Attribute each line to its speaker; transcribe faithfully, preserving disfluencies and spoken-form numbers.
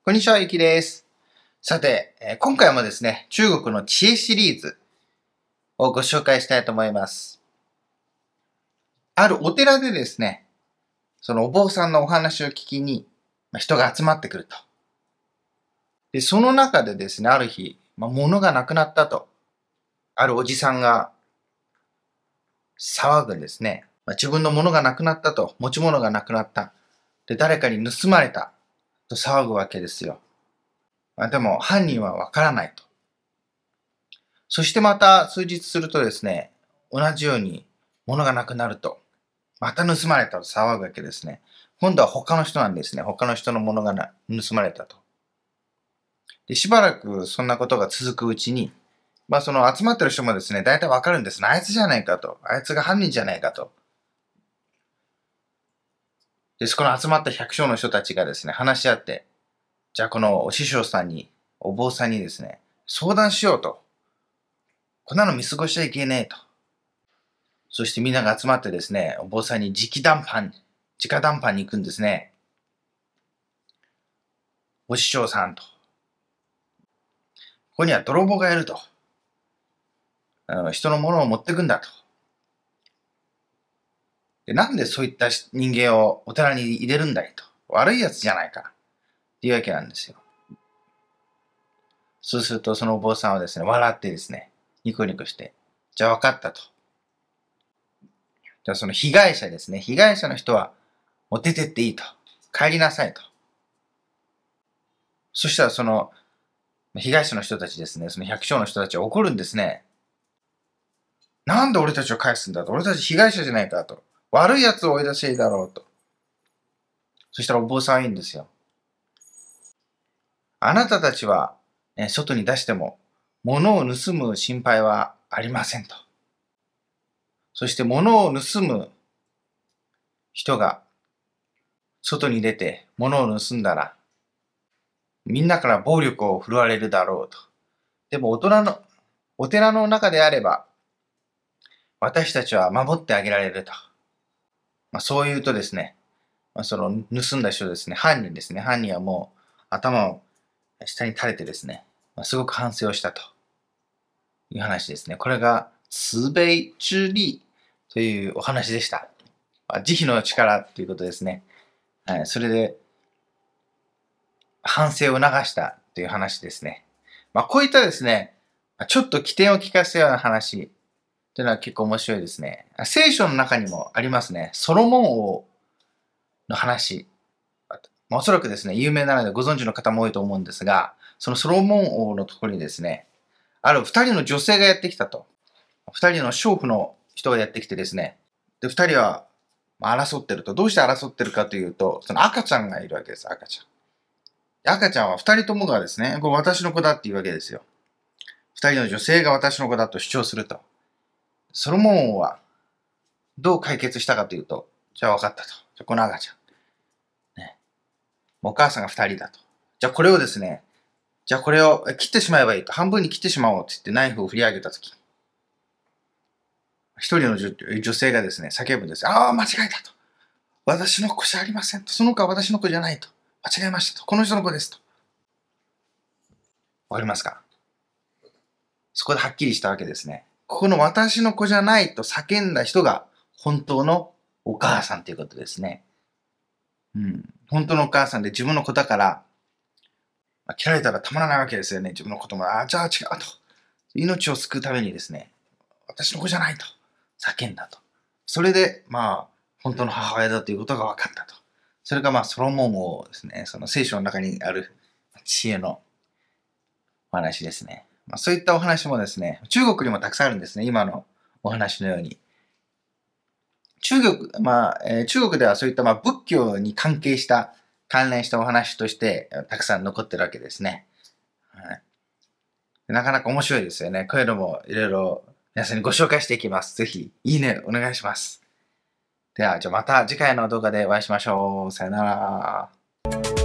Speaker 1: こんにちは、ゆきです。さて、えー今回もですね、中国の知恵シリーズをご紹介したいと思います。あるお寺でですね、そのお坊さんのお話を聞きに、まあ人が集まってくると。で、その中でですね、ある日、まあ、物がなくなったと、あるおじさんが騒ぐんですね。まあ、自分の物がなくなったと、持ち物がなくなった。で、誰かに盗まれたと騒ぐわけですよ。まあ、でも、犯人はわからないと。そしてまた数日するとですね、同じように物がなくなると、また盗まれたと騒ぐわけですね。今度は他の人なんですね。他の人の物がな盗まれたと。で、しばらくそんなことが続くうちに、まあその集まってる人もですね、大体わかるんですね。あいつじゃないかと。あいつが犯人じゃないかと。で、この集まった百姓の人たちがですね、話し合って、じゃあこのお師匠さんに、お坊さんにですね、相談しようと。こんなの見過ごしちゃいけねえと。そしてみんなが集まってですね、お坊さんに直談判、直談判に行くんですね。お師匠さんと。ここには泥棒がいると。人のものを持ってくんだと。で、なんでそういった人間をお寺に入れるんだいと。悪いやつじゃないか。っていうわけなんですよ。そうするとそのお坊さんはですね、笑ってですね、ニコニコして、じゃあ分かったと。じゃあその被害者ですね、被害者の人はもう出てっていいと。帰りなさいと。そしたらその被害者の人たちですね、その百姓の人たちは怒るんですね。なんで俺たちを返すんだと。俺たち被害者じゃないかと。悪い奴を追い出していいだろうと。そしたらお坊さんは言うんですよ。あなたたちは、ね、外に出しても物を盗む心配はありませんと。そして物を盗む人が外に出て物を盗んだらみんなから暴力を振るわれるだろうと。でも大人の、お寺の中であれば私たちは守ってあげられると。まあ、そう言うとですね、まあ、その盗んだ人ですね、犯人ですね、犯人はもう頭を下に垂れてですね、まあ、すごく反省をしたという話ですね。これが慈悲之力というお話でした。まあ、慈悲の力ということですね。はい、それで反省を流したという話ですね。まあ、こういったですね、ちょっと起点を聞かせたような話というのは結構面白いですね。聖書の中にもありますね。ソロモン王の話。おそらくですね、有名なのでご存知の方も多いと思うんですが、そのソロモン王のところにですね、ある二人の女性がやってきたと。二人の娼婦の人がやってきてですね、で、二人は争ってると。どうして争ってるかというと、その赤ちゃんがいるわけです、赤ちゃん。赤ちゃんは二人ともがですね、これ私の子だっていうわけですよ。二人の女性が私の子だと主張すると。ソロモン王はどう解決したかというと、じゃあ分かったと。じゃあこの赤ちゃん。ね。お母さんが二人だと。じゃあこれをですね、じゃあこれを切ってしまえばいいと。半分に切ってしまおうって言ってナイフを振り上げたとき、一人の女性がですね、叫ぶんです。ああ、間違えたと。私の子じゃありませんと。その子は私の子じゃないと。間違えましたと。この人の子ですと。わかりますか？そこではっきりしたわけですね。ここの私の子じゃないと叫んだ人が本当のお母さんということですね。うん。本当のお母さんで自分の子だから、まあ、切られたらたまらないわけですよね。自分の子供が、あ、じゃあ違うと。命を救うためにですね、私の子じゃないと叫んだと。それで、まあ、本当の母親だということが分かったと。それがまあ、ソロモン王ですね。その聖書の中にある知恵のお話ですね。まあ、そういったお話もですね、中国にもたくさんあるんですね。今のお話のように。中国、まあ、えー中国ではそういったまあ仏教に関係した、関連したお話として、たくさん残ってるわけですね。はい、なかなか面白いですよね。こういうのもいろいろ皆さんにご紹介していきます。ぜひ、いいねお願いします。では、じゃあまた次回の動画でお会いしましょう。さよなら。